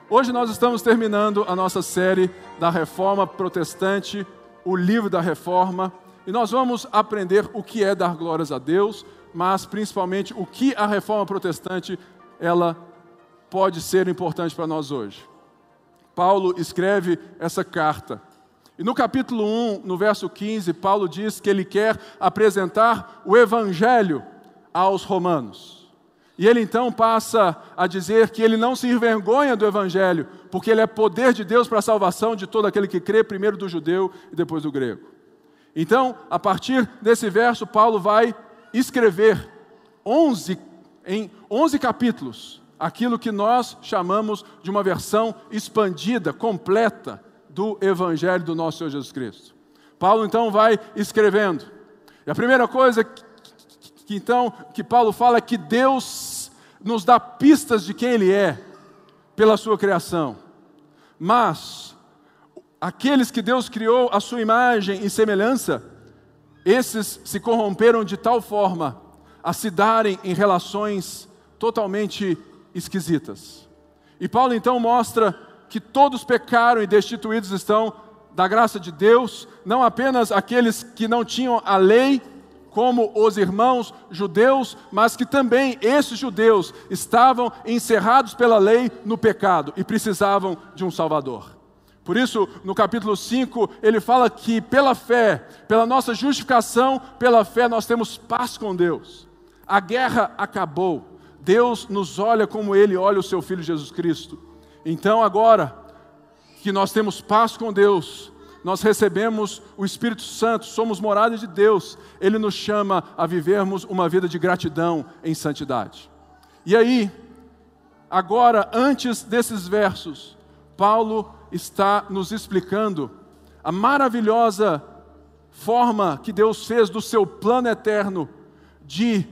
Hoje nós estamos terminando a nossa série da Reforma Protestante, o livro da Reforma, e nós vamos aprender o que é dar glórias a Deus, mas principalmente o que a Reforma Protestante ela pode ser importante para nós hoje. Paulo escreve essa carta. E no capítulo 1, no verso 15, Paulo diz que ele quer apresentar o Evangelho aos romanos. E ele então passa a dizer que ele não se envergonha do Evangelho, porque ele é poder de Deus para a salvação de todo aquele que crê, primeiro do judeu e depois do grego. Então, a partir desse verso, Paulo vai escrever em 11 capítulos, aquilo que nós chamamos de uma versão expandida, completa, do Evangelho do nosso Senhor Jesus Cristo. Paulo então vai escrevendo. E a primeira coisa que Paulo fala é que Deus nos dá pistas de quem Ele é, pela sua criação. Mas, aqueles que Deus criou à sua imagem e semelhança, esses se corromperam de tal forma a se darem em relações totalmente esquisitas. E Paulo então mostra que todos pecaram e destituídos estão da graça de Deus, não apenas aqueles que não tinham a lei, como os irmãos judeus, mas que também esses judeus estavam encerrados pela lei no pecado e precisavam de um Salvador. Por isso, no capítulo 5, ele fala que pela fé, pela nossa justificação, pela fé nós temos paz com Deus. A guerra acabou. Deus nos olha como Ele olha o Seu Filho Jesus Cristo. Então agora que nós temos paz com Deus, nós recebemos o Espírito Santo, somos morada de Deus, Ele nos chama a vivermos uma vida de gratidão em santidade. E aí, agora, antes desses versos, Paulo está nos explicando a maravilhosa forma que Deus fez do seu plano eterno de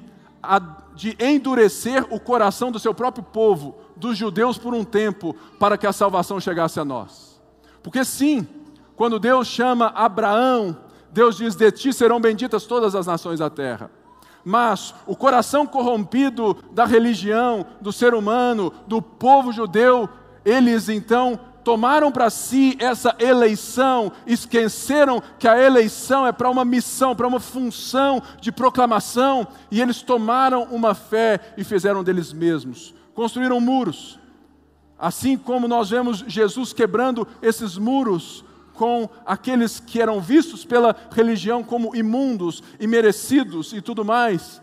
endurecer o coração do seu próprio povo, dos judeus por um tempo, para que a salvação chegasse a nós. Porque sim, quando Deus chama Abraão, Deus diz: de ti serão benditas todas as nações da terra. Mas o coração corrompido da religião, do ser humano, do povo judeu, eles então tomaram para si essa eleição, esqueceram que a eleição é para uma missão, para uma função de proclamação, e eles tomaram uma fé e fizeram deles mesmos. Construíram muros, assim como nós vemos Jesus quebrando esses muros com aqueles que eram vistos pela religião como imundos, imerecidos e tudo mais.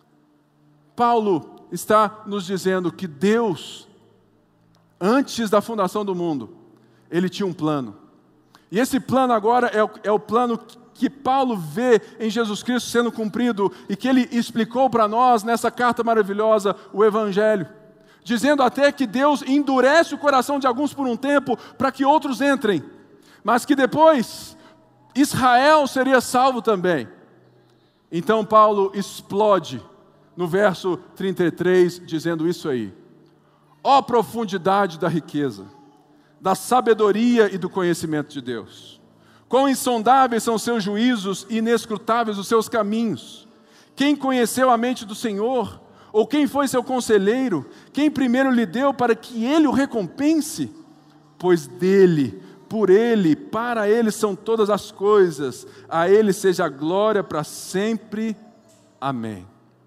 Paulo está nos dizendo que Deus, antes da fundação do mundo, Ele tinha um plano. E esse plano agora é o plano que Paulo vê em Jesus Cristo sendo cumprido e que Ele explicou para nós nessa carta maravilhosa, o Evangelho. Dizendo até que Deus endurece o coração de alguns por um tempo para que outros entrem. Mas que depois Israel seria salvo também. Então Paulo explode no verso 33 dizendo isso aí: ó profundidade da riqueza, da sabedoria e do conhecimento de Deus. Quão insondáveis são seus juízos e inescrutáveis os seus caminhos. Quem conheceu a mente do Senhor? Ou quem foi seu conselheiro? Quem primeiro lhe deu para que Ele o recompense? Pois dele, por Ele, para Ele são todas as coisas. A Ele seja a glória para sempre. Amém.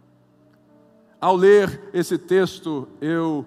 Ao ler esse texto, eu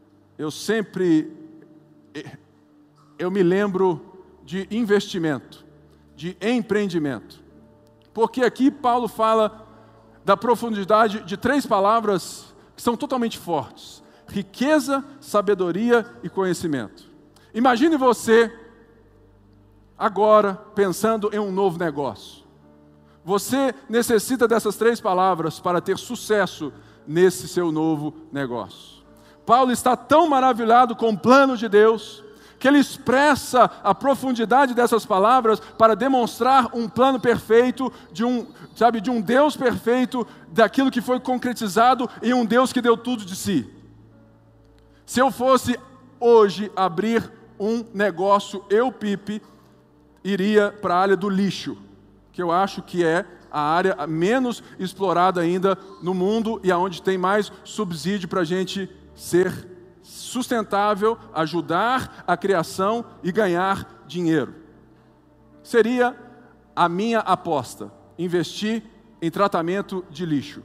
me lembro de investimento, de empreendimento. Porque aqui Paulo fala da profundidade de 3 palavras que são totalmente fortes: riqueza, sabedoria e conhecimento. Imagine você agora pensando em um novo negócio. Você necessita dessas 3 palavras para ter sucesso nesse seu novo negócio. Paulo está tão maravilhado com o plano de Deus, que ele expressa a profundidade dessas palavras para demonstrar um plano perfeito de um Deus perfeito, daquilo que foi concretizado em um Deus que deu tudo de si. Se eu fosse hoje abrir um negócio, eu, Pipe, iria para a área do lixo, que eu acho que é a área menos explorada ainda no mundo e aonde tem mais subsídio para a gente ser sustentável, ajudar a criação e ganhar dinheiro. Seria a minha aposta, investir em tratamento de lixo.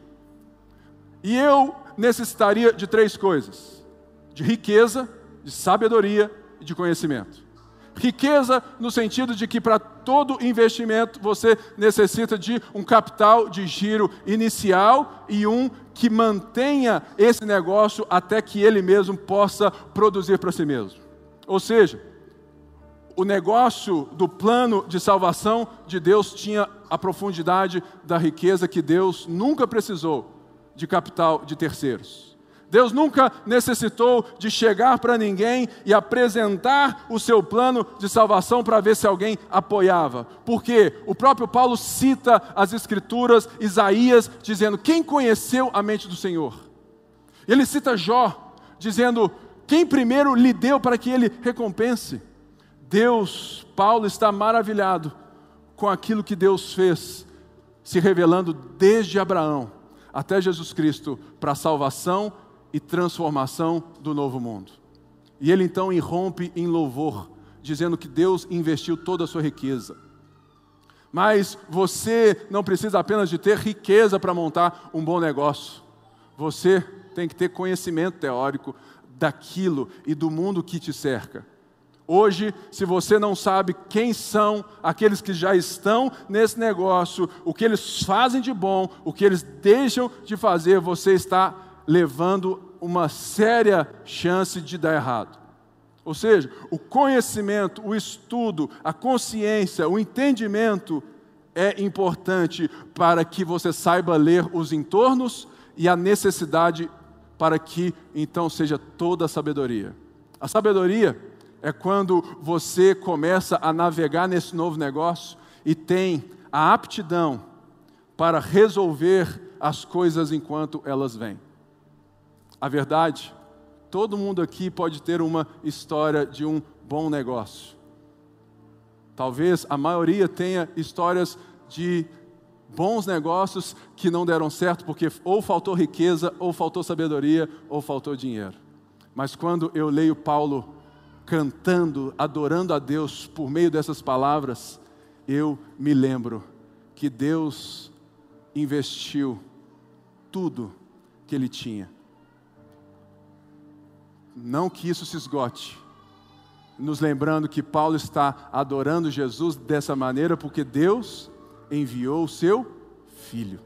E eu necessitaria de 3 coisas: de riqueza, de sabedoria e de conhecimento. Riqueza no sentido de que para todo investimento você necessita de um capital de giro inicial e um que mantenha esse negócio até que ele mesmo possa produzir para si mesmo. Ou seja, o negócio do plano de salvação de Deus tinha a profundidade da riqueza que Deus nunca precisou de capital de terceiros. Deus nunca necessitou de chegar para ninguém e apresentar o seu plano de salvação para ver se alguém apoiava. Porque o próprio Paulo cita as Escrituras, Isaías, dizendo: quem conheceu a mente do Senhor? Ele cita Jó, dizendo: quem primeiro lhe deu para que ele recompense? Deus, Paulo está maravilhado com aquilo que Deus fez, se revelando desde Abraão até Jesus Cristo para a salvação e transformação do novo mundo. E ele então irrompe em louvor, dizendo que Deus investiu toda a sua riqueza. Mas você não precisa apenas de ter riqueza para montar um bom negócio. Você tem que ter conhecimento teórico daquilo e do mundo que te cerca. Hoje, se você não sabe quem são aqueles que já estão nesse negócio, o que eles fazem de bom, o que eles deixam de fazer, você está levando uma séria chance de dar errado. Ou seja, o conhecimento, o estudo, a consciência, o entendimento é importante para que você saiba ler os entornos e a necessidade para que então seja toda a sabedoria. A sabedoria é quando você começa a navegar nesse novo negócio e tem a aptidão para resolver as coisas enquanto elas vêm. A verdade, todo mundo aqui pode ter uma história de um bom negócio. Talvez a maioria tenha histórias de bons negócios que não deram certo porque ou faltou riqueza, ou faltou sabedoria, ou faltou dinheiro. Mas quando eu leio Paulo cantando, adorando a Deus por meio dessas palavras, eu me lembro que Deus investiu tudo que Ele tinha. Não que isso se esgote, nos lembrando que Paulo está adorando Jesus dessa maneira porque Deus enviou o seu Filho.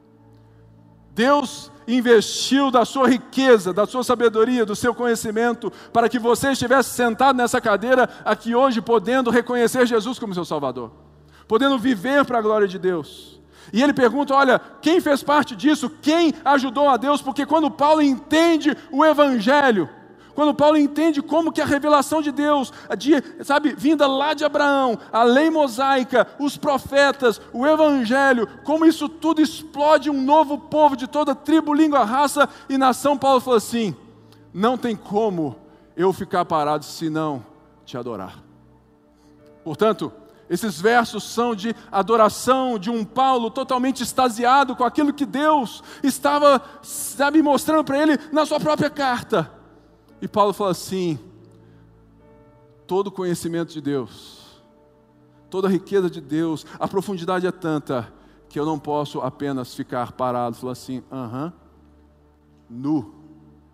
Deus investiu da sua riqueza, da sua sabedoria, do seu conhecimento, para que você estivesse sentado nessa cadeira aqui hoje, podendo reconhecer Jesus como seu Salvador, podendo viver para a glória de Deus. E ele pergunta: olha, quem fez parte disso? Quem ajudou a Deus? Porque quando Paulo entende o Evangelho, quando Paulo entende como que a revelação de Deus, vinda lá de Abraão, a lei mosaica, os profetas, o Evangelho, como isso tudo explode um novo povo de toda tribo, língua, raça e nação, Paulo falou assim: não tem como eu ficar parado se não te adorar. Portanto, esses versos são de adoração de um Paulo totalmente extasiado com aquilo que Deus estava, mostrando para ele na sua própria carta. E Paulo fala assim: todo o conhecimento de Deus, toda a riqueza de Deus, a profundidade é tanta que eu não posso apenas ficar parado. Fala assim: nu.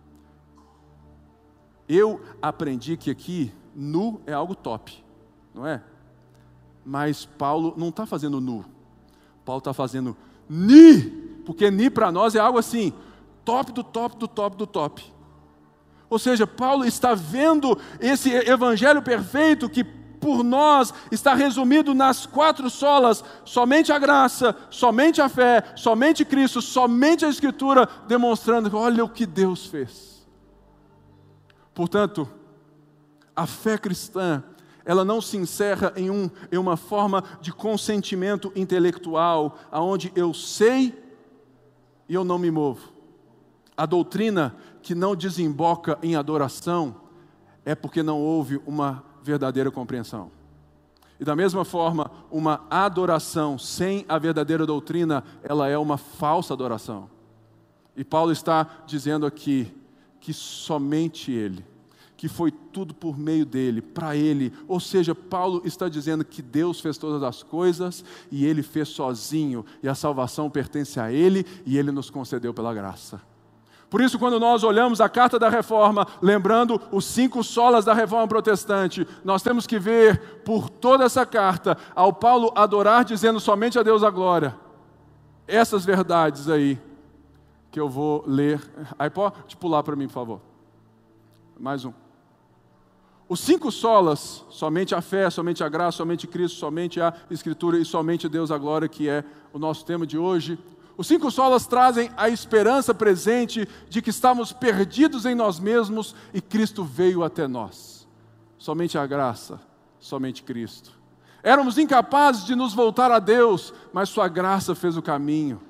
Eu aprendi que aqui, nu é algo top, não é? Mas Paulo não está fazendo nu, Paulo está fazendo ni, porque ni para nós é algo assim, top do top do top do top. Ou seja, Paulo está vendo esse evangelho perfeito que por nós está resumido nas 4 solas: somente a graça, somente a fé, somente Cristo, somente a Escritura, demonstrando que olha o que Deus fez. Portanto, a fé cristã, ela não se encerra em uma forma de consentimento intelectual, onde eu sei e eu não me movo. A doutrina que não desemboca em adoração é porque não houve uma verdadeira compreensão. E da mesma forma, uma adoração sem a verdadeira doutrina, ela é uma falsa adoração. E Paulo está dizendo aqui que somente Ele, que foi tudo por meio dele, para ele. Ou seja, Paulo está dizendo que Deus fez todas as coisas e ele fez sozinho, e a salvação pertence a ele e ele nos concedeu pela graça. Por isso, quando nós olhamos a carta da Reforma, lembrando os 5 solas da Reforma Protestante, nós temos que ver por toda essa carta, ao Paulo adorar dizendo somente a Deus a glória, essas verdades aí, que eu vou ler. Aí pode pular para mim, por favor. Mais um. Os 5 solas, somente a fé, somente a graça, somente Cristo, somente a Escritura e somente Deus a glória, que é o nosso tema de hoje. Os 5 solas trazem a esperança presente de que estamos perdidos em nós mesmos e Cristo veio até nós. Somente a graça, somente Cristo. Éramos incapazes de nos voltar a Deus, mas sua graça fez o caminho.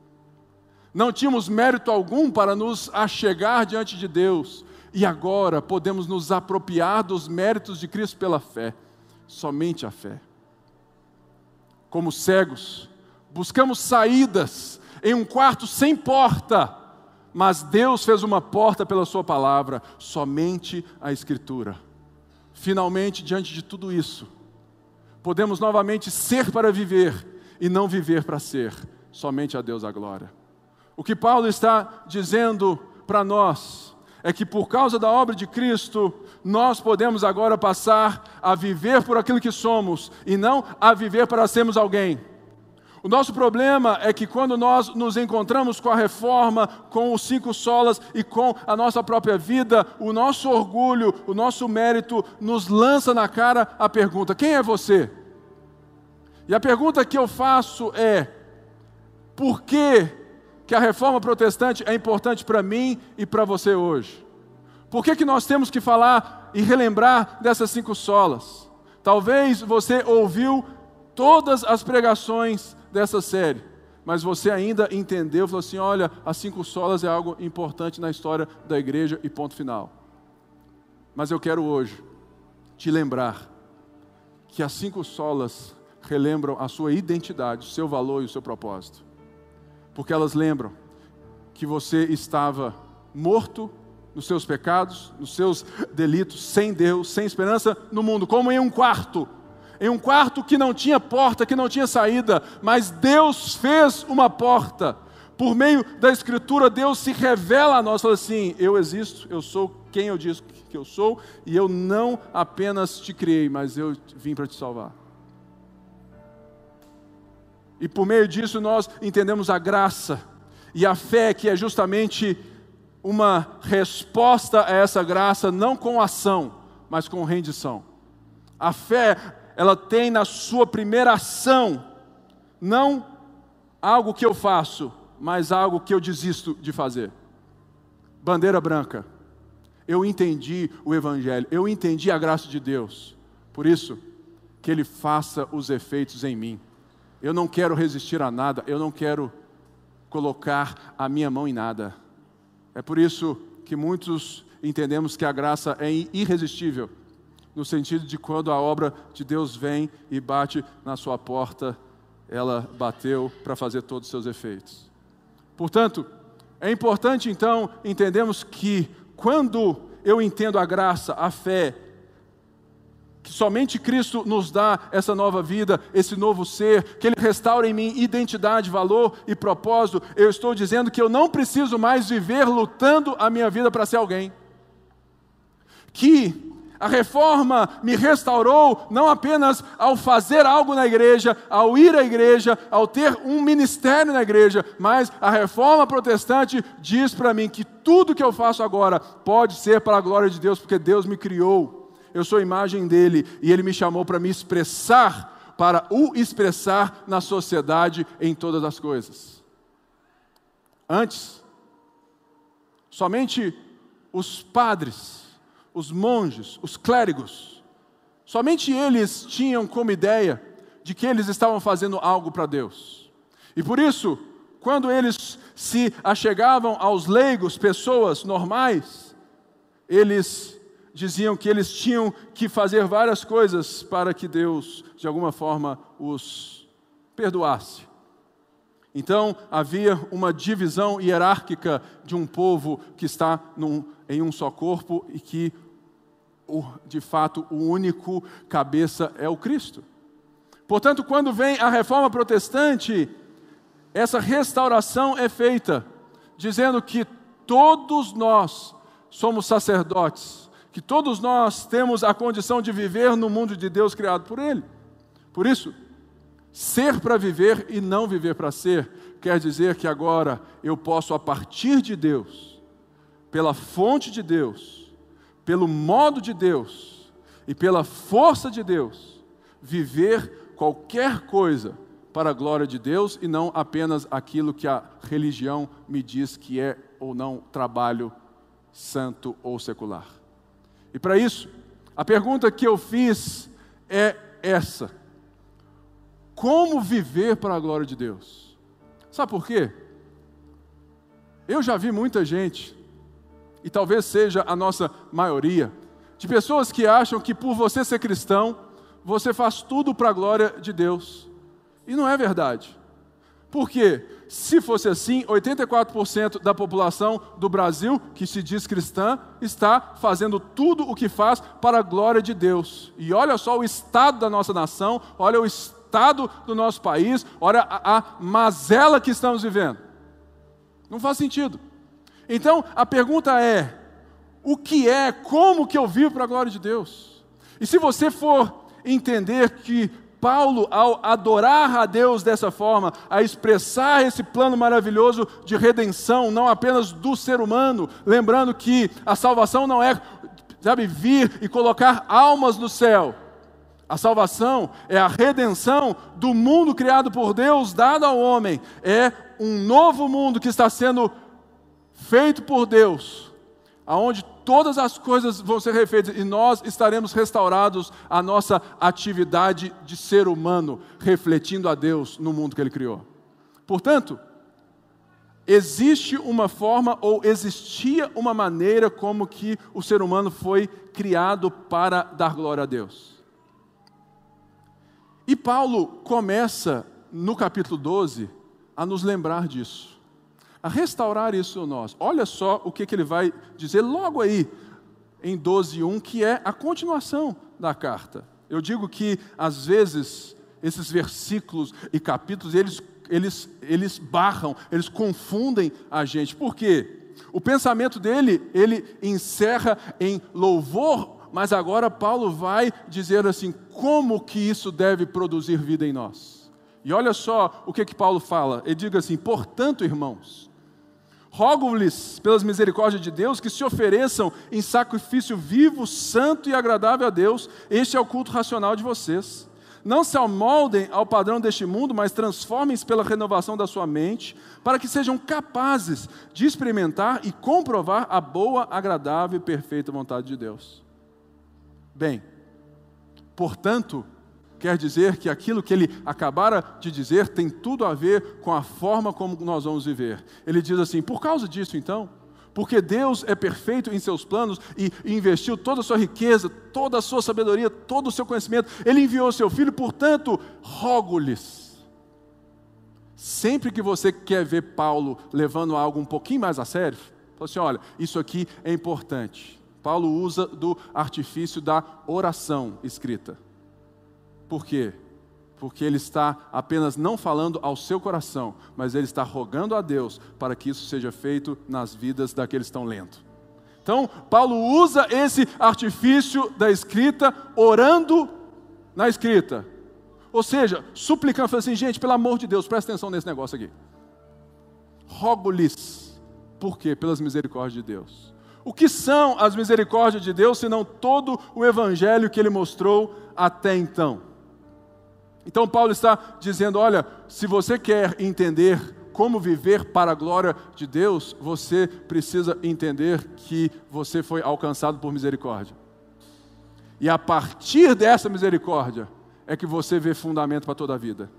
Não tínhamos mérito algum para nos achegar diante de Deus. E agora podemos nos apropriar dos méritos de Cristo pela fé, somente a fé. Como cegos, buscamos saídas em um quarto sem porta, mas Deus fez uma porta pela sua palavra, somente a Escritura. Finalmente, diante de tudo isso, podemos novamente ser para viver e não viver para ser, somente a Deus a glória. O que Paulo está dizendo para nós é que por causa da obra de Cristo, nós podemos agora passar a viver por aquilo que somos e não a viver para sermos alguém. O nosso problema é que quando nós nos encontramos com a Reforma, com os 5 solas e com a nossa própria vida, o nosso orgulho, o nosso mérito nos lança na cara a pergunta: quem é você? E a pergunta que eu faço é: por que a Reforma Protestante é importante para mim e para você hoje? Por que nós temos que falar e relembrar dessas 5 solas? Talvez você ouviu todas as pregações dessa série, mas você ainda entendeu, falou assim: olha, as 5 solas é algo importante na história da igreja e ponto final. Mas eu quero hoje te lembrar que as 5 solas relembram a sua identidade, o seu valor e o seu propósito. Porque elas lembram que você estava morto nos seus pecados, nos seus delitos, sem Deus, sem esperança no mundo, como em um quarto que não tinha porta, que não tinha saída, mas Deus fez uma porta. Por meio da Escritura, Deus se revela a nós, fala assim: eu existo, eu sou quem eu disse que eu sou, e eu não apenas te criei, mas eu vim para te salvar. E por meio disso nós entendemos a graça e a fé, que é justamente uma resposta a essa graça, não com ação, mas com rendição. A fé, ela tem na sua primeira ação, não algo que eu faço, mas algo que eu desisto de fazer. Bandeira branca. Eu entendi o Evangelho, eu entendi a graça de Deus. Por isso, que Ele faça os efeitos em mim. Eu não quero resistir a nada, eu não quero colocar a minha mão em nada. É por isso que muitos entendemos que a graça é irresistível, no sentido de quando a obra de Deus vem e bate na sua porta, ela bateu para fazer todos os seus efeitos. Portanto, é importante então entendermos que quando eu entendo a graça, a fé, que somente Cristo nos dá essa nova vida, esse novo ser, que Ele restaura em mim identidade, valor e propósito, eu estou dizendo que eu não preciso mais viver lutando a minha vida para ser alguém. Que a Reforma me restaurou não apenas ao fazer algo na igreja, ao ir à igreja, ao ter um ministério na igreja, mas a Reforma Protestante diz para mim que tudo que eu faço agora pode ser para a glória de Deus, porque Deus me criou. Eu sou a imagem dele e ele me chamou para me expressar, para o expressar na sociedade em todas as coisas. Antes, somente os padres, os monges, os clérigos, somente eles tinham como ideia de que eles estavam fazendo algo para Deus. E por isso, quando eles se achegavam aos leigos, pessoas normais, eles diziam que eles tinham que fazer várias coisas para que Deus, de alguma forma, os perdoasse. Então, havia uma divisão hierárquica de um povo que está em um só corpo e que de fato, o único cabeça é o Cristo. Portanto, quando vem a reforma protestante, essa restauração é feita, dizendo que todos nós somos sacerdotes, que todos nós temos a condição de viver no mundo de Deus criado por Ele. Por isso, ser para viver e não viver para ser, quer dizer que agora eu posso, a partir de Deus, pela fonte de Deus, pelo modo de Deus e pela força de Deus, viver qualquer coisa para a glória de Deus e não apenas aquilo que a religião me diz que é ou não trabalho santo ou secular. E para isso, a pergunta que eu fiz é essa: como viver para a glória de Deus? Sabe por quê? Eu já vi muita gente, e talvez seja a nossa maioria, de pessoas que acham que por você ser cristão, você faz tudo para a glória de Deus. E não é verdade. Por quê? Se fosse assim, 84% da população do Brasil, que se diz cristã, está fazendo tudo o que faz para a glória de Deus. E olha só o estado da nossa nação, olha o estado do nosso país, olha a mazela que estamos vivendo. Não faz sentido. Então, a pergunta é, como que eu vivo para a glória de Deus? E se você for entender que Paulo, ao adorar a Deus dessa forma, a expressar esse plano maravilhoso de redenção, não apenas do ser humano, lembrando que a salvação não é, vir e colocar almas no céu. A salvação é a redenção do mundo criado por Deus, dado ao homem. É um novo mundo que está sendo feito por Deus, aonde todas as coisas vão ser refeitas e nós estaremos restaurados à nossa atividade de ser humano, refletindo a Deus no mundo que Ele criou. Portanto, existe uma forma ou existia uma maneira como que o ser humano foi criado para dar glória a Deus. E Paulo começa no capítulo 12 a nos lembrar disso, a restaurar isso em nós. Olha só o que ele vai dizer logo aí, em 12:1, que é a continuação da carta. Eu digo que, às vezes, esses versículos e capítulos, eles barram, eles confundem a gente. Por quê? O pensamento dele, ele encerra em louvor, mas agora Paulo vai dizer assim, como que isso deve produzir vida em nós. E olha só o que Paulo fala. Ele diz assim: portanto, irmãos, rogo-lhes, pelas misericórdias de Deus, que se ofereçam em sacrifício vivo, santo e agradável a Deus. Este é o culto racional de vocês. Não se amoldem ao padrão deste mundo, mas transformem-se pela renovação da sua mente, para que sejam capazes de experimentar e comprovar a boa, agradável e perfeita vontade de Deus. Bem, portanto, quer dizer que aquilo que ele acabara de dizer tem tudo a ver com a forma como nós vamos viver. Ele diz assim: por causa disso então, porque Deus é perfeito em seus planos e investiu toda a sua riqueza, toda a sua sabedoria, todo o seu conhecimento, Ele enviou o seu Filho, portanto, rogo-lhes. Sempre que você quer ver Paulo levando algo um pouquinho mais a sério, fala assim: olha, isso aqui é importante. Paulo usa do artifício da oração escrita. Por quê? Porque ele está apenas não falando ao seu coração, mas ele está rogando a Deus para que isso seja feito nas vidas daqueles que estão lendo. Então, Paulo usa esse artifício da escrita, orando na escrita. Ou seja, suplicando, falando assim: gente, pelo amor de Deus, presta atenção nesse negócio aqui. Rogo-lhes. Por quê? Pelas misericórdias de Deus. O que são as misericórdias de Deus, senão todo o evangelho que Ele mostrou até então? Então Paulo está dizendo: olha, se você quer entender como viver para a glória de Deus, você precisa entender que você foi alcançado por misericórdia. E a partir dessa misericórdia é que você vê fundamento para toda a vida.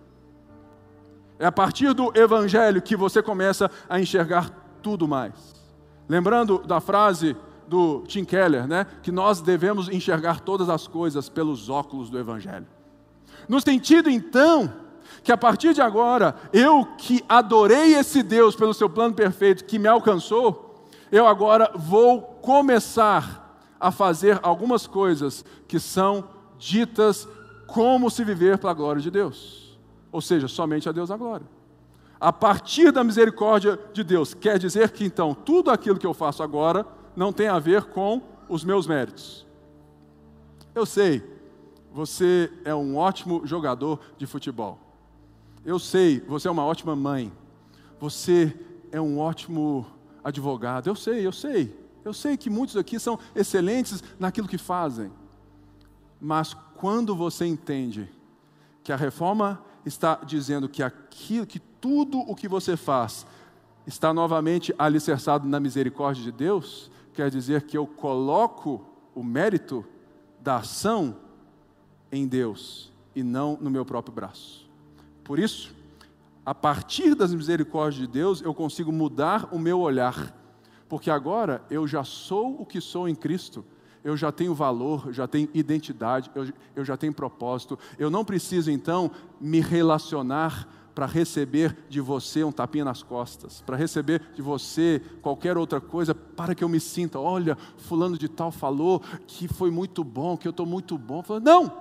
É a partir do evangelho que você começa a enxergar tudo mais. Lembrando da frase do Tim Keller, né, que nós devemos enxergar todas as coisas pelos óculos do evangelho. No sentido, então, que a partir de agora, eu que adorei esse Deus pelo seu plano perfeito, que me alcançou, eu agora vou começar a fazer algumas coisas que são ditas como se viver para a glória de Deus. Ou seja, somente a Deus a glória. A partir da misericórdia de Deus, quer dizer que então tudo aquilo que eu faço agora não tem a ver com os meus méritos. Eu sei, você é um ótimo jogador de futebol. Eu sei, você é uma ótima mãe. Você é um ótimo advogado. Eu sei que muitos aqui são excelentes naquilo que fazem. Mas quando você entende que a reforma está dizendo que tudo o que você faz está novamente alicerçado na misericórdia de Deus, quer dizer que eu coloco o mérito da ação em Deus e não no meu próprio braço. Por isso, a partir das misericórdias de Deus, eu consigo mudar o meu olhar, porque agora eu já sou o que sou em Cristo. Eu já tenho valor, já tenho identidade, eu já tenho propósito. Eu não preciso, então, me relacionar para receber de você um tapinha nas costas, para receber de você qualquer outra coisa, para que eu me sinta, olha, fulano de tal falou que foi muito bom, que eu estou muito bom. Não!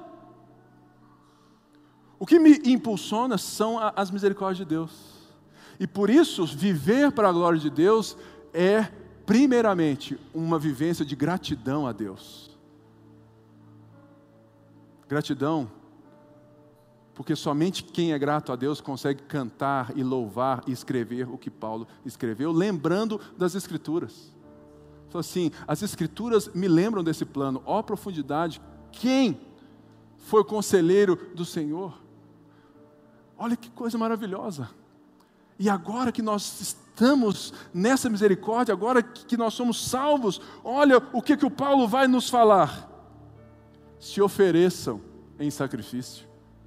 O que me impulsiona são as misericórdias de Deus. E por isso, viver para a glória de Deus é, primeiramente, uma vivência de gratidão a Deus. Gratidão, porque somente quem é grato a Deus consegue cantar e louvar e escrever o que Paulo escreveu, lembrando das Escrituras. Então, assim, as Escrituras me lembram desse plano. Ó profundidade, quem foi o conselheiro do Senhor? Olha que coisa maravilhosa. E agora que nós estamos nessa misericórdia, agora que nós somos salvos, olha o que o Paulo vai nos falar. Se ofereçam em sacrifício.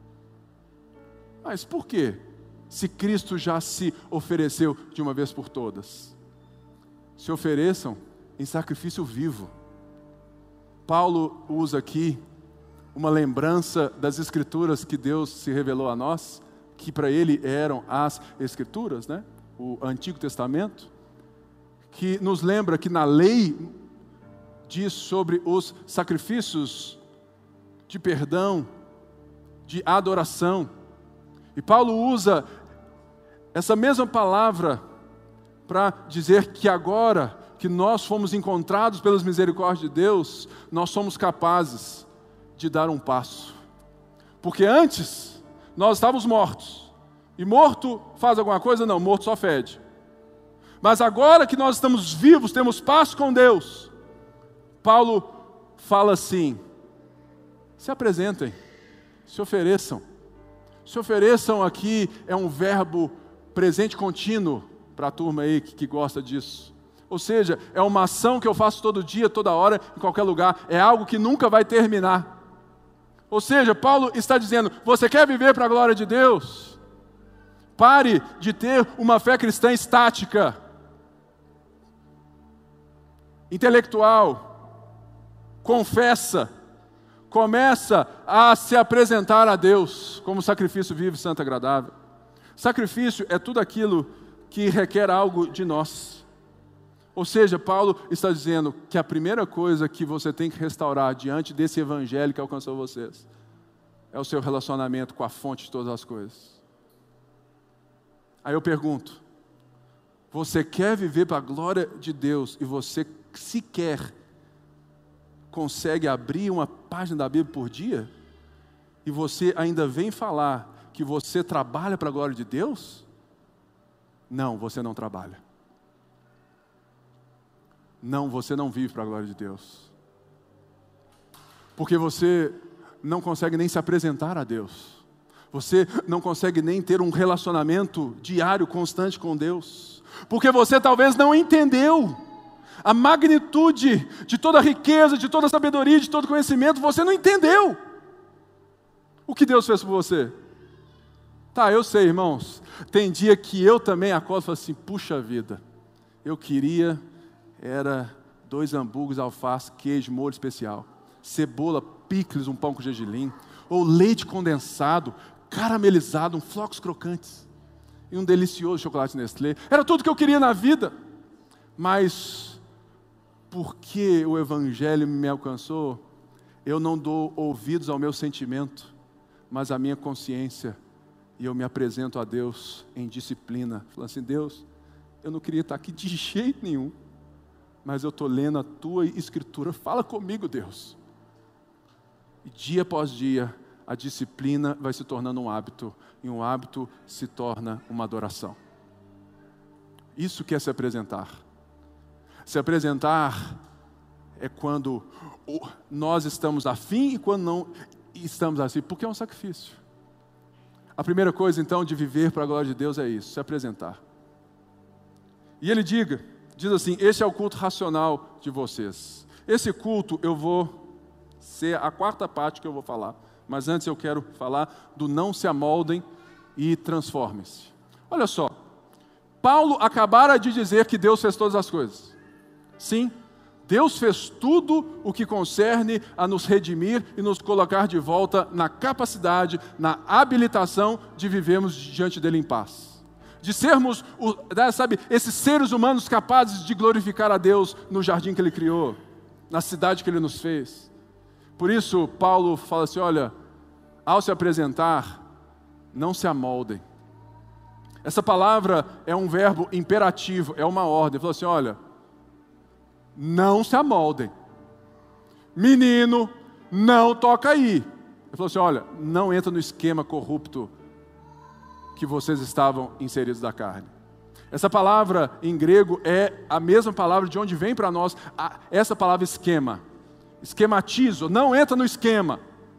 Mas por quê? Se Cristo já se ofereceu de uma vez por todas. Se ofereçam em sacrifício vivo. Paulo usa aqui uma lembrança das Escrituras que Deus se revelou a nós, que para ele eram as Escrituras, né? O Antigo Testamento, que nos lembra que na lei diz sobre os sacrifícios de perdão, de adoração. E Paulo usa essa mesma palavra para dizer que agora que nós fomos encontrados pelas misericórdias de Deus, nós somos capazes de dar um passo. Porque antes nós estávamos mortos. E morto faz alguma coisa? Não, morto só fede. Mas agora que nós estamos vivos, temos paz com Deus, Paulo fala assim: se apresentem, se ofereçam. Se ofereçam aqui é um verbo presente contínuo para a turma aí que gosta disso. Ou seja, é uma ação que eu faço todo dia, toda hora, em qualquer lugar. É algo que nunca vai terminar. Ou seja, Paulo está dizendo, você quer viver para a glória de Deus? Pare de ter uma fé cristã estática, intelectual, confessa, começa a se apresentar a Deus como sacrifício vivo, santo e agradável. Sacrifício é tudo aquilo que requer algo de nós. Ou seja, Paulo está dizendo que a primeira coisa que você tem que restaurar diante desse evangelho que alcançou vocês é o seu relacionamento com a fonte de todas as coisas. Aí eu pergunto, você quer viver para a glória de Deus e você sequer consegue abrir uma página da Bíblia por dia? E você ainda vem falar que você trabalha para a glória de Deus? Não, você não trabalha. Não, você não vive para a glória de Deus. Porque você não consegue nem se apresentar a Deus. Você não consegue nem ter um relacionamento diário, constante com Deus. Porque você talvez não entendeu a magnitude de toda a riqueza, de toda a sabedoria, de todo conhecimento. Você não entendeu o que Deus fez por você. Tá, eu sei, irmãos. Tem dia que eu também acordo e falo assim, puxa vida, eu queria... era 2 hambúrgueres, alface, queijo, molho especial, cebola, picles, um pão com gergelim, ou leite condensado, caramelizado, flocos crocantes, e um delicioso chocolate Nestlé. Era tudo que eu queria na vida. Mas, porque o Evangelho me alcançou, eu não dou ouvidos ao meu sentimento, mas à minha consciência, e eu me apresento a Deus em disciplina, falando assim: Deus, eu não queria estar aqui de jeito nenhum, mas eu estou lendo a Tua Escritura, fala comigo, Deus. E dia após dia, a disciplina vai se tornando um hábito, e um hábito se torna uma adoração. Isso que é se apresentar. Se apresentar é quando nós estamos afim e quando não estamos assim, porque é um sacrifício. A primeira coisa então de viver para a glória de Deus é isso, se apresentar. E ele diz assim: esse é o culto racional de vocês. Esse culto eu vou ser a quarta parte que eu vou falar, mas antes eu quero falar do não se amoldem e transformem-se. Olha só, Paulo acabara de dizer que Deus fez todas as coisas. Sim, Deus fez tudo o que concerne a nos redimir e nos colocar de volta na capacidade, na habilitação de vivermos diante dele em paz. De sermos, esses seres humanos capazes de glorificar a Deus no jardim que ele criou, na cidade que ele nos fez. Por isso, Paulo fala assim: olha, ao se apresentar, não se amoldem. Essa palavra é um verbo imperativo, é uma ordem. Ele falou assim: olha, não se amoldem. Menino, não toca aí. Ele falou assim: olha, não entra no esquema corrupto que vocês estavam inseridos da carne. Essa palavra em grego é a mesma palavra de onde vem para nós essa palavra esquema. Esquematizo, não entra no esquema.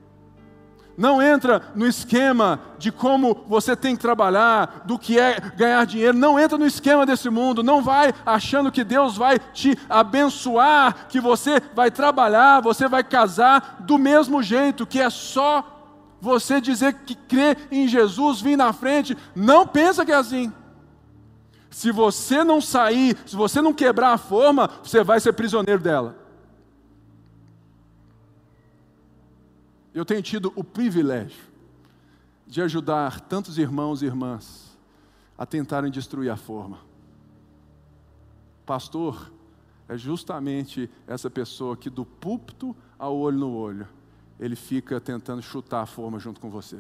Não entra no esquema de como você tem que trabalhar, do que é ganhar dinheiro. Não entra no esquema desse mundo. Não vai achando que Deus vai te abençoar, que você vai trabalhar, você vai casar do mesmo jeito, que é só você dizer que crê em Jesus, vir na frente. Não pensa que é assim. Se você não sair, se você não quebrar a forma, você vai ser prisioneiro dela. Eu tenho tido o privilégio de ajudar tantos irmãos e irmãs a tentarem destruir a forma. Pastor é justamente essa pessoa que do púlpito ao olho no olho, ele fica tentando chutar a forma junto com você.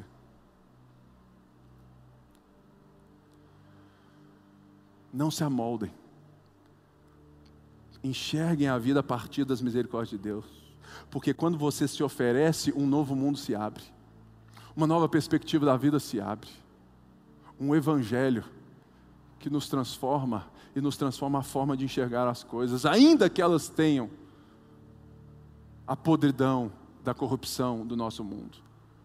Não se amoldem. Enxerguem a vida a partir das misericórdias de Deus. Porque quando você se oferece, um novo mundo se abre. Uma nova perspectiva da vida se abre. Um evangelho que nos transforma e nos transforma a forma de enxergar as coisas, ainda que elas tenham a podridão da corrupção do nosso mundo.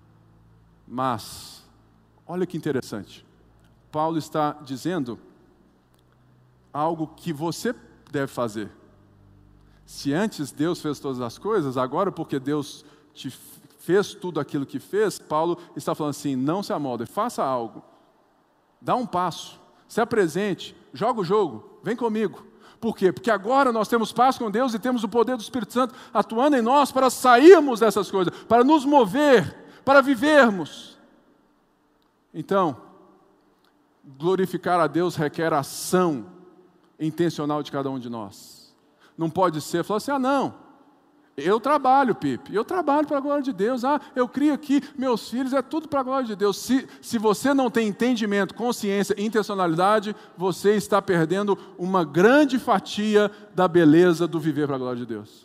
Mas, olha que interessante. Paulo está dizendo algo que você deve fazer. Se antes Deus fez todas as coisas, agora porque Deus te fez tudo aquilo que fez, Paulo está falando assim: não se amolde, faça algo, dá um passo, se apresente, joga o jogo, vem comigo. Por quê? Porque agora nós temos paz com Deus e temos o poder do Espírito Santo atuando em nós para sairmos dessas coisas, para nos mover, para vivermos. Então, glorificar a Deus requer ação intencional de cada um de nós. Não pode ser, falar assim: ah não, eu trabalho, Pipe, eu trabalho para a glória de Deus, eu crio aqui meus filhos, é tudo para a glória de Deus. Se você não tem entendimento, consciência e intencionalidade, você está perdendo uma grande fatia da beleza do viver para a glória de Deus.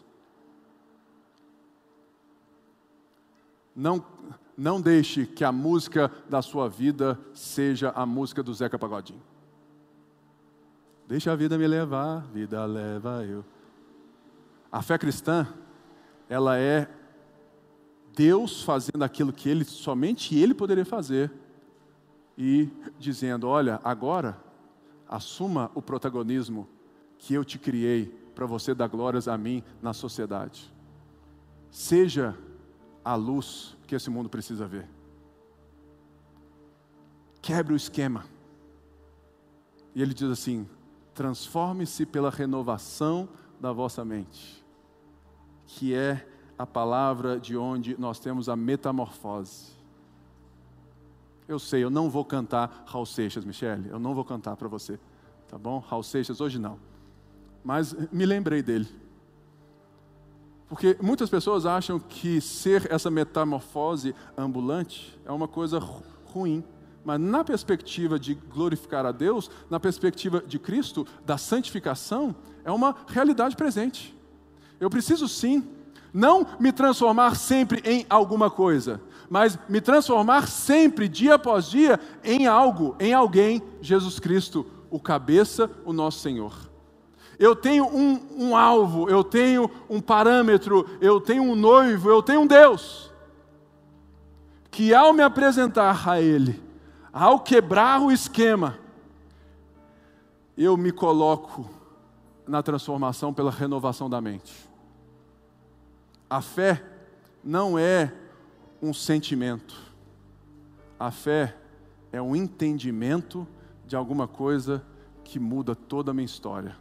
Não deixe que a música da sua vida seja a música do Zeca Pagodinho. Deixa a vida me levar, vida leva eu. A fé cristã, ela é Deus fazendo aquilo que somente Ele poderia fazer e dizendo: olha, agora assuma o protagonismo que eu te criei para você dar glórias a mim na sociedade. Seja a luz que esse mundo precisa ver. Quebre o esquema. E ele diz assim: transforme-se pela renovação da vossa mente, que é a palavra de onde nós temos a metamorfose. Eu sei, eu não vou cantar Raul Seixas, Michele, eu não vou cantar para você, tá bom? Raul Seixas hoje não, mas me lembrei dele. Porque muitas pessoas acham que ser essa metamorfose ambulante é uma coisa ruim. Mas na perspectiva de glorificar a Deus, na perspectiva de Cristo, da santificação, é uma realidade presente. Eu preciso sim, não me transformar sempre em alguma coisa, mas me transformar sempre, dia após dia, em algo, em alguém, Jesus Cristo, o cabeça, o nosso Senhor. Eu tenho um alvo, eu tenho um parâmetro, eu tenho um noivo, eu tenho um Deus, que ao me apresentar a Ele, ao quebrar o esquema, eu me coloco na transformação pela renovação da mente. A fé não é um sentimento. A fé é um entendimento de alguma coisa que muda toda a minha história.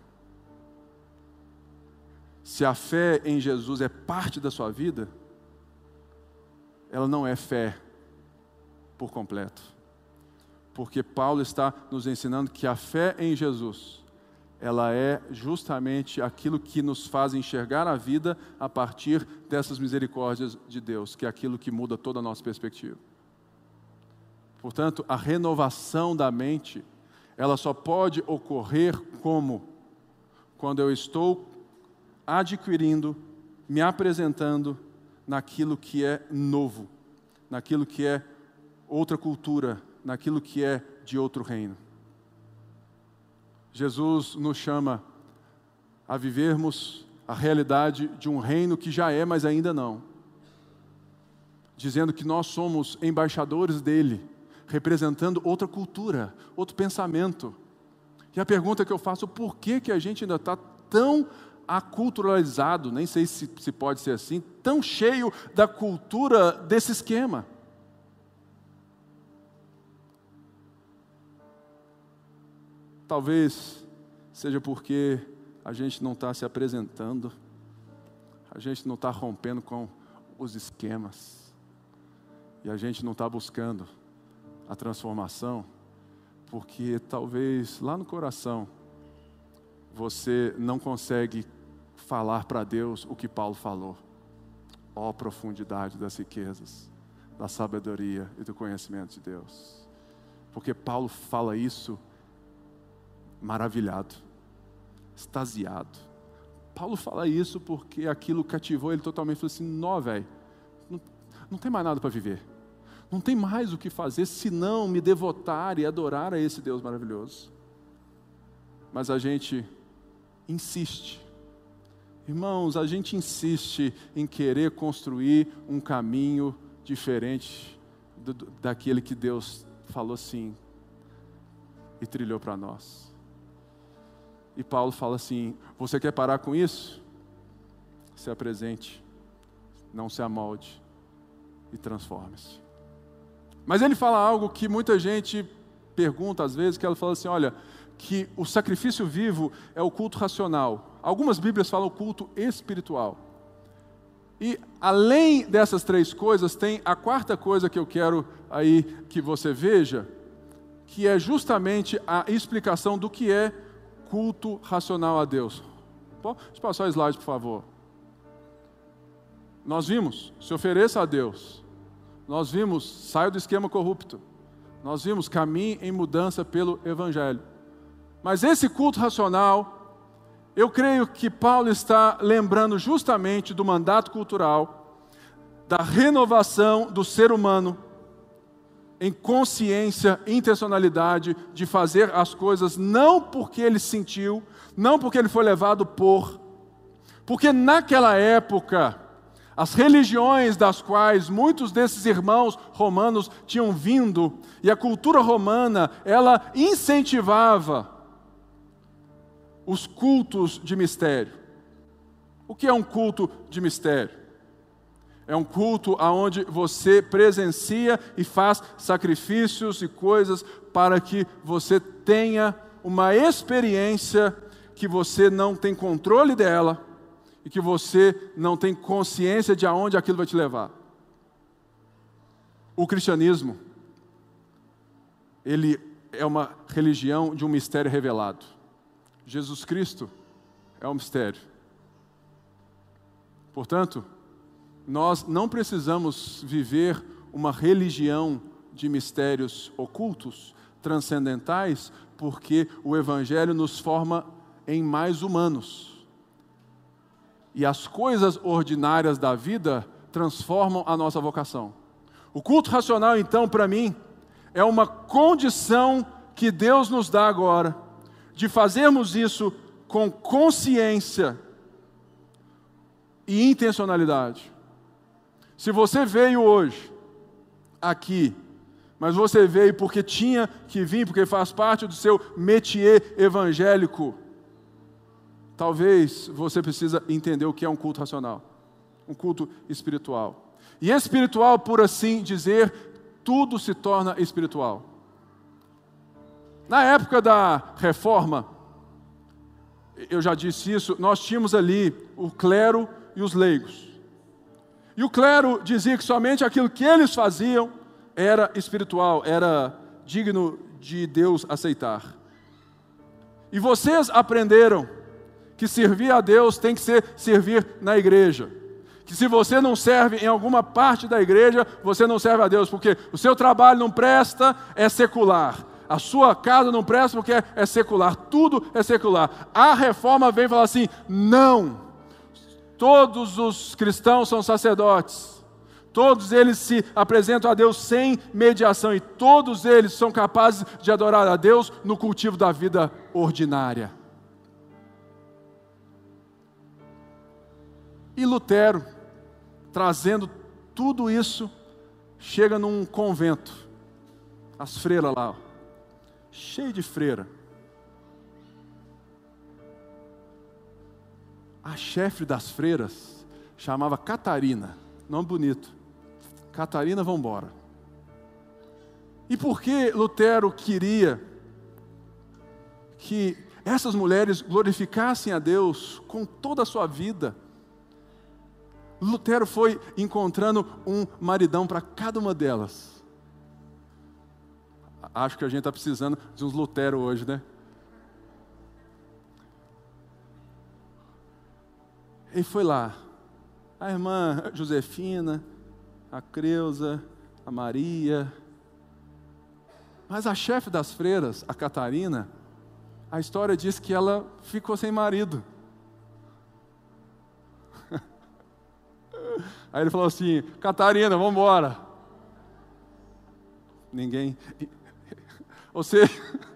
Se a fé em Jesus é parte da sua vida, ela não é fé por completo. Porque Paulo está nos ensinando que a fé em Jesus, ela é justamente aquilo que nos faz enxergar a vida a partir dessas misericórdias de Deus, que é aquilo que muda toda a nossa perspectiva. Portanto, a renovação da mente, ela só pode ocorrer como? Quando eu estou adquirindo, me apresentando naquilo que é novo, naquilo que é outra cultura, naquilo que é de outro reino. Jesus nos chama a vivermos a realidade de um reino que já é, mas ainda não. Dizendo que nós somos embaixadores dele, representando outra cultura, outro pensamento. E a pergunta que eu faço, por que a gente ainda está tão aculturalizado, nem sei se pode ser assim, tão cheio da cultura desse esquema? Talvez seja porque a gente não está se apresentando, a gente não está rompendo com os esquemas, e a gente não está buscando a transformação, porque talvez lá no coração você não consegue falar para Deus o que Paulo falou. Ó profundidade das riquezas, da sabedoria e do conhecimento de Deus. Porque Paulo fala isso maravilhado, extasiado. Paulo fala isso porque aquilo cativou ele totalmente. Falou assim, não, velho, não tem mais nada para viver. Não tem mais o que fazer senão me devotar e adorar a esse Deus maravilhoso. Mas a gente insiste. Irmãos, a gente insiste em querer construir um caminho diferente daquele que Deus falou sim e trilhou para nós. E Paulo fala assim, você quer parar com isso? Se apresente, não se amolde e transforme-se. Mas ele fala algo que muita gente pergunta às vezes, que ela fala assim, olha, que o sacrifício vivo é o culto racional. Algumas Bíblias falam culto espiritual. E além dessas três coisas, tem a quarta coisa que eu quero aí que você veja, que é justamente a explicação do que é culto racional a Deus. Pode passar o slide, por favor. Nós vimos, se ofereça a Deus. Nós vimos, saia do esquema corrupto. Nós vimos, caminhe em mudança pelo Evangelho. Mas esse culto racional, eu creio que Paulo está lembrando justamente do mandato cultural, da renovação do ser humano, em consciência, intencionalidade de fazer as coisas não porque ele sentiu, não porque ele foi levado porque naquela época, as religiões das quais muitos desses irmãos romanos tinham vindo, e a cultura romana, ela incentivava os cultos de mistério. O que é um culto de mistério? É um culto onde você presencia e faz sacrifícios e coisas para que você tenha uma experiência que você não tem controle dela e que você não tem consciência de aonde aquilo vai te levar. O cristianismo, ele é uma religião de um mistério revelado. Jesus Cristo é um mistério. Portanto, nós não precisamos viver uma religião de mistérios ocultos, transcendentais, porque o Evangelho nos forma em mais humanos. E as coisas ordinárias da vida transformam a nossa vocação. O culto racional, então, para mim, é uma condição que Deus nos dá agora, de fazermos isso com consciência e intencionalidade. Se você veio hoje aqui, mas você veio porque tinha que vir, porque faz parte do seu métier evangélico, talvez você precisa entender o que é um culto racional, um culto espiritual. E espiritual, por assim dizer, tudo se torna espiritual. Na época da Reforma, eu já disse isso, nós tínhamos ali o clero e os leigos. E o clero dizia que somente aquilo que eles faziam era espiritual, era digno de Deus aceitar. E vocês aprenderam que servir a Deus tem que ser servir na igreja. Que se você não serve em alguma parte da igreja, você não serve a Deus, porque o seu trabalho não presta, é secular. A sua casa não presta porque é secular, tudo é secular. A Reforma vem falar assim, não, todos os cristãos são sacerdotes, todos eles se apresentam a Deus sem mediação e todos eles são capazes de adorar a Deus no cultivo da vida ordinária. E Lutero, trazendo tudo isso, chega num convento, as freiras lá, ó, cheio de freira. A chefe das freiras chamava Catarina, nome bonito. Catarina, vamos embora. E por que Lutero queria que essas mulheres glorificassem a Deus com toda a sua vida? Lutero foi encontrando um maridão para cada uma delas. Acho que a gente está precisando de uns Lutero hoje, né? Ele foi lá. A irmã Josefina, a Creusa, a Maria. Mas a chefe das freiras, a Catarina, a história diz que ela ficou sem marido. Aí ele falou assim, Catarina, vamos embora. Ninguém... Ou seja,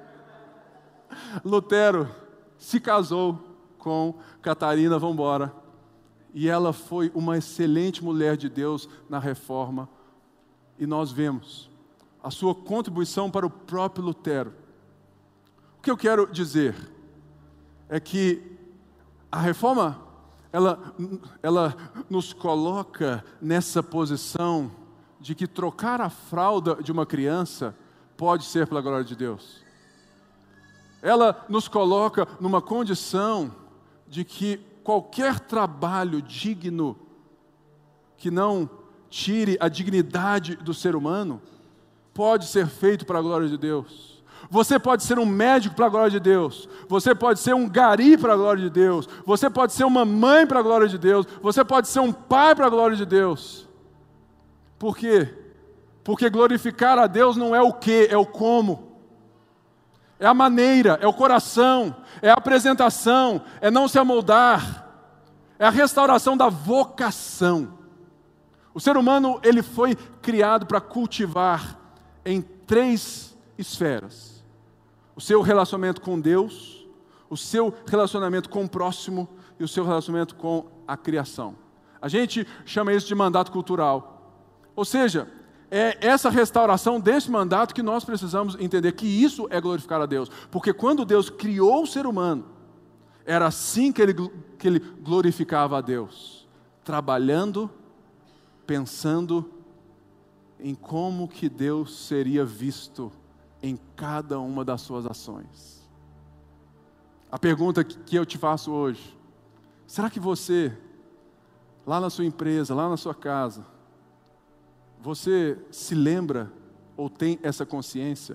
Lutero se casou com Catarina, vamos embora. E ela foi uma excelente mulher de Deus na Reforma. E nós vemos a sua contribuição para o próprio Lutero. O que eu quero dizer é que a Reforma, ela nos coloca nessa posição de que trocar a fralda de uma criança pode ser pela glória de Deus. Ela nos coloca numa condição de que qualquer trabalho digno, que não tire a dignidade do ser humano, pode ser feito para a glória de Deus. Você pode ser um médico para a glória de Deus. Você pode ser um gari para a glória de Deus. Você pode ser uma mãe para a glória de Deus. Você pode ser um pai para a glória de Deus. Por quê? Porque glorificar a Deus não é o que, é o como. É a maneira, é o coração, é a apresentação, é não se amoldar, é a restauração da vocação. O ser humano, ele foi criado para cultivar em 3 esferas: o seu relacionamento com Deus, o seu relacionamento com o próximo e o seu relacionamento com a criação. A gente chama isso de mandato cultural. Ou seja, é essa restauração desse mandato que nós precisamos entender, que isso é glorificar a Deus. Porque quando Deus criou o ser humano, era assim que ele glorificava a Deus, trabalhando, pensando em como que Deus seria visto em cada uma das suas ações. A pergunta que eu te faço hoje: será que você, lá na sua empresa, lá na sua casa, você se lembra ou tem essa consciência,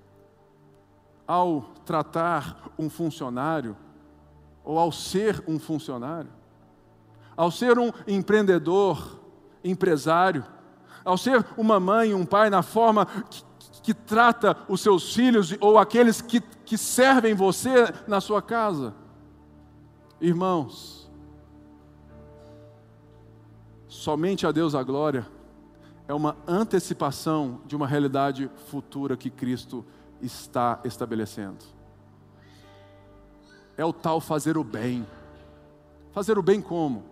ao tratar um funcionário, ou ao ser um funcionário, ao ser um empreendedor, empresário, ao ser uma mãe, um pai, na forma que trata os seus filhos ou aqueles que servem você na sua casa. Irmãos, somente a Deus a glória é uma antecipação de uma realidade futura que Cristo está estabelecendo. É o tal fazer o bem. Fazer o bem como?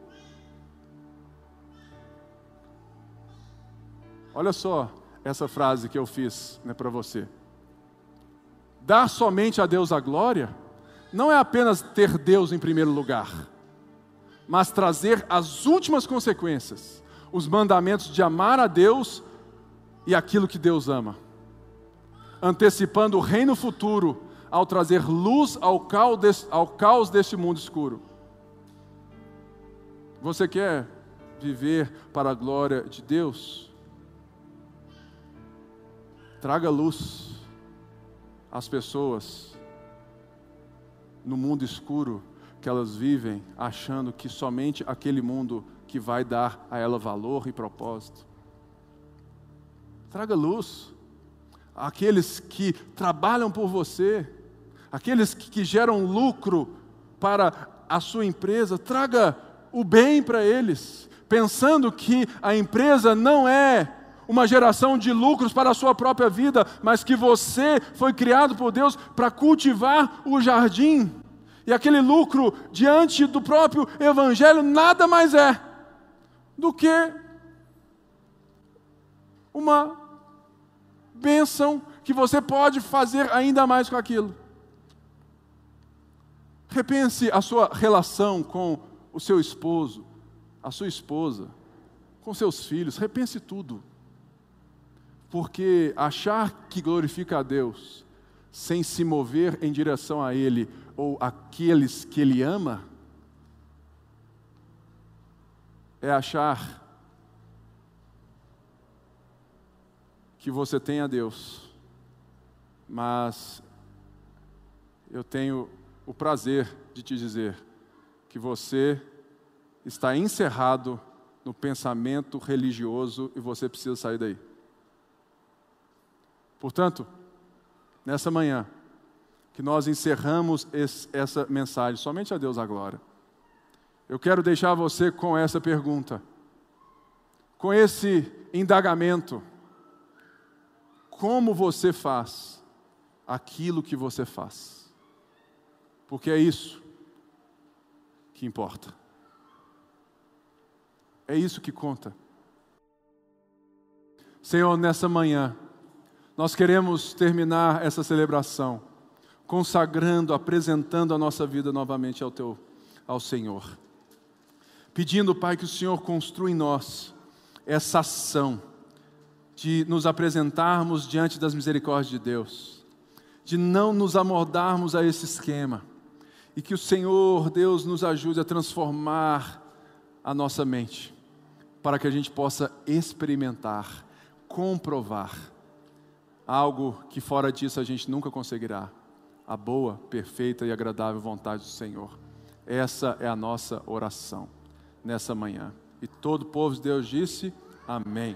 Olha só essa frase que eu fiz, né, para você. Dar somente a Deus a glória não é apenas ter Deus em primeiro lugar, mas trazer as últimas consequências, os mandamentos de amar a Deus e aquilo que Deus ama, antecipando o reino futuro ao trazer luz ao caos deste mundo escuro. Você quer viver para a glória de Deus? Traga luz às pessoas no mundo escuro que elas vivem, achando que somente aquele mundo que vai dar a ela valor e propósito. Traga luz àqueles que trabalham por você, aqueles que geram lucro para a sua empresa. Traga o bem para eles, pensando que a empresa não é uma geração de lucros para a sua própria vida, mas que você foi criado por Deus para cultivar o jardim. E aquele lucro diante do próprio Evangelho nada mais é do que uma bênção que você pode fazer ainda mais com aquilo. Repense a sua relação com o seu esposo, a sua esposa, com seus filhos. Repense tudo. Porque achar que glorifica a Deus sem se mover em direção a Ele ou aqueles que Ele ama, é achar que você tem a Deus, mas eu tenho o prazer de te dizer que você está encerrado no pensamento religioso e você precisa sair daí. Portanto, nessa manhã, que nós encerramos essa mensagem, somente a Deus a glória, eu quero deixar você com essa pergunta, com esse indagamento: como você faz aquilo que você faz? Porque é isso que importa. É isso que conta. Senhor, nessa manhã, nós queremos terminar essa celebração consagrando, apresentando a nossa vida novamente ao Senhor. Pedindo, Pai, que o Senhor construa em nós essa ação de nos apresentarmos diante das misericórdias de Deus, de não nos amoldarmos a esse esquema, e que o Senhor, Deus, nos ajude a transformar a nossa mente, para que a gente possa experimentar, comprovar algo que fora disso a gente nunca conseguirá: a boa, perfeita e agradável vontade do Senhor. Essa é a nossa oração nessa manhã. E todo o povo de Deus disse: amém.